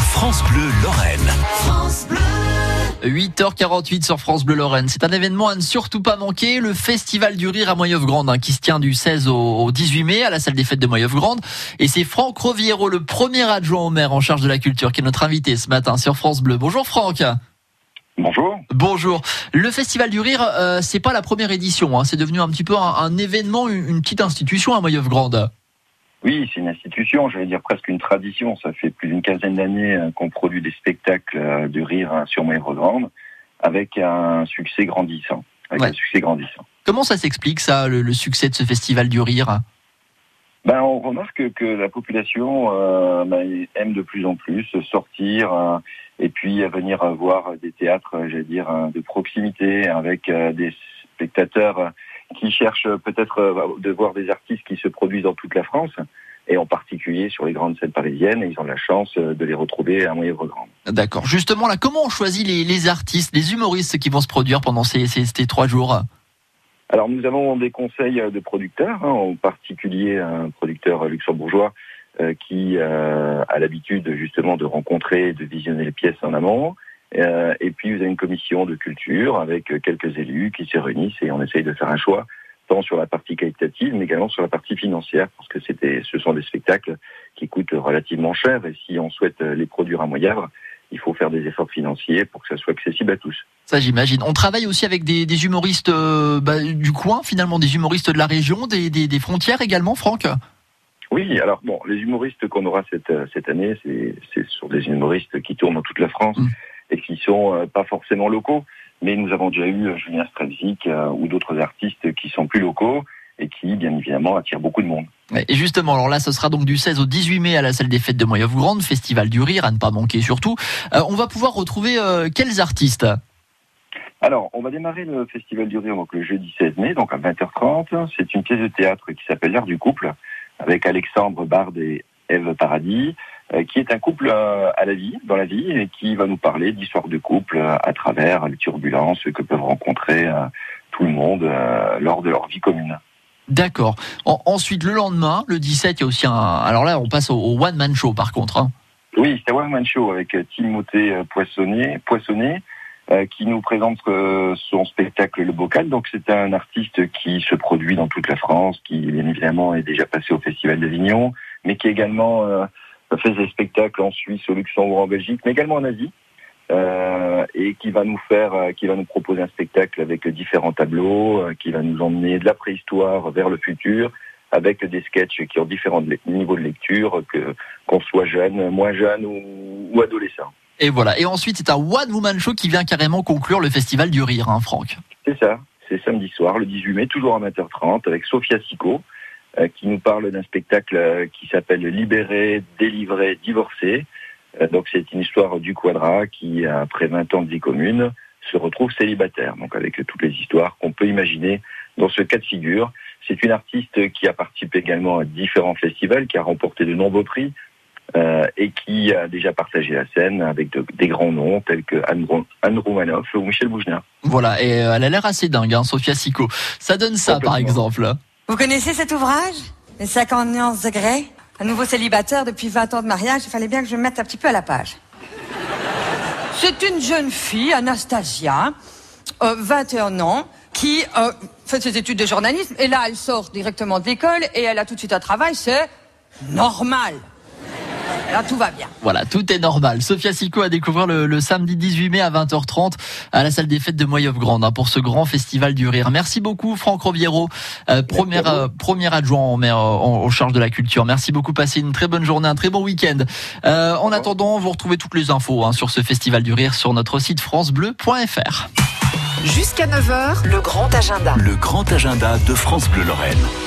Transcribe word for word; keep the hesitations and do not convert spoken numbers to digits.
France Bleu Lorraine. France Bleu. huit heures quarante-huit sur France Bleu Lorraine. C'est un événement à ne surtout pas manquer, le Festival du Rire à Moyeuvre-Grande, hein, qui se tient du seize au dix-huit mai à la salle des fêtes de Moyeuvre-Grande. Et c'est Franck Roviero, le premier adjoint au maire en charge de la culture, qui est notre invité ce matin sur France Bleu. Bonjour Franck. Bonjour. Bonjour. Le Festival du Rire, euh, c'est pas la première édition, hein, c'est devenu un petit peu un, un événement, une, une petite institution à Moyeuvre-Grande. Oui, c'est une institution, je vais dire presque une tradition. Ça fait plus d'une quinzaine d'années qu'on produit des spectacles de rire sur Moyeuvre-Grande avec un succès grandissant. Avec Ouais. un succès grandissant. Comment ça s'explique ça, le, le succès de ce Festival du Rire ? Ben, on remarque que la population euh, ben, aime de plus en plus sortir euh, et puis venir voir des théâtres, j'allais dire, de proximité avec euh, des spectateurs qui cherchent peut-être euh, de voir des artistes qui se produisent dans toute la France et en particulier sur les grandes scènes parisiennes, et ils ont la chance de les retrouver à Moyeuvre-Grande. D'accord. Justement, là, comment on choisit les, les artistes, les humoristes qui vont se produire pendant ces, ces, ces trois jours ? Alors nous avons des conseils de producteurs, hein, en particulier un producteur luxembourgeois euh, qui euh, a l'habitude justement de rencontrer et de visionner les pièces en amont. Euh, et puis vous avez une commission de culture avec quelques élus qui se réunissent et on essaye de faire un choix tant sur la partie qualitative mais également sur la partie financière parce que c'est des, ce sont des spectacles qui coûtent relativement cher et si on souhaite les produire à Moyeuvre, il faut faire des efforts financiers pour que ça soit accessible à tous. Ça, j'imagine. On travaille aussi avec des, des humoristes euh, bah, du coin, finalement, des humoristes de la région, des, des, des frontières également, Franck ? Oui, alors bon, les humoristes qu'on aura cette, cette année, c'est, c'est sur des humoristes qui tournent dans toute la France mmh. et qui sont euh, pas forcément locaux, mais nous avons déjà eu Julien Strelzik euh, ou d'autres artistes qui sont plus locaux et qui, bien évidemment, attirent beaucoup de monde. Et justement, alors là, ce sera donc du seize au dix-huit mai à la salle des fêtes de Moyeuvre-Grande, Festival du Rire, à ne pas manquer surtout. Euh, on va pouvoir retrouver euh, quels artistes ? Alors, on va démarrer le Festival du Rire donc le jeudi seize mai, donc à vingt heures trente. C'est une pièce de théâtre qui s'appelle L'Art du couple, avec Alexandre Bard et Ève Paradis, euh, qui est un couple euh, à la vie, dans la vie, et qui va nous parler d'histoire de couple euh, à travers les turbulences que peuvent rencontrer euh, tout le monde euh, lors de leur vie commune. D'accord. En, ensuite, le lendemain, le dix-sept, il y a aussi un... Alors là, on passe au, au One Man Show, par contre. Hein. Oui, c'est un One Man Show avec Timothée Poissonnet, Poissonnet euh, qui nous présente euh, son spectacle Le Bocal. Donc, c'est un artiste qui se produit dans toute la France, qui, bien évidemment, est déjà passé au Festival d'Avignon, mais qui également euh, fait des spectacles en Suisse, au Luxembourg, en Belgique, mais également en Asie. Euh, et qui va nous faire, euh, qui va nous proposer un spectacle avec différents tableaux, euh, qui va nous emmener de la préhistoire vers le futur, avec des sketchs qui ont différents le- niveaux de lecture, que qu'on soit jeune, moins jeune ou, ou adolescent. Et voilà. Et ensuite, c'est un One Woman Show qui vient carrément conclure le Festival du Rire, hein, Franck. C'est ça, c'est samedi soir, le dix-huit mai, toujours à vingt heures trente, avec Sophia Sicot, euh, qui nous parle d'un spectacle euh, qui s'appelle Libéré, délivré, divorcé. Euh, donc c'est une histoire du Quadra qui, après vingt ans de vie commune, se retrouve célibataire. Donc avec toutes les histoires qu'on peut imaginer dans ce cas de figure. C'est une artiste qui a participé également à différents festivals, qui a remporté de nombreux prix euh, et qui a déjà partagé la scène avec de, des grands noms tels que Anne, Anne Roumanoff ou Michel Boujna. Voilà. Et euh, elle a l'air assez dingue, hein, Sophia Sicot. Ça donne ça, par exemple. Vous connaissez cet ouvrage ? Les cinquante nuances de Grey ? Un nouveau célibataire depuis vingt ans de mariage, il fallait bien que je me mette un petit peu à la page. C'est une jeune fille, Anastasia, euh, vingt et un ans, qui euh, fait ses études de journalisme, et là, elle sort directement de l'école, et elle a tout de suite un travail, c'est normal. Là, tout va bien. Voilà, tout est normal. Sophia Sicot à découvrir le, le samedi dix-huit mai à vingt heures trente à la salle des fêtes de Moyeuvre-Grande, hein, pour ce grand Festival du Rire. Merci beaucoup, Franck Roviero, euh, premier, euh, premier adjoint en maire en, en charge de la culture. Merci beaucoup, passez une très bonne journée, un très bon week-end. Euh, en attendant, vous retrouvez toutes les infos, hein, sur ce Festival du Rire sur notre site francebleu point f r. Jusqu'à neuf heures, le grand agenda. Le grand agenda de France Bleu Lorraine.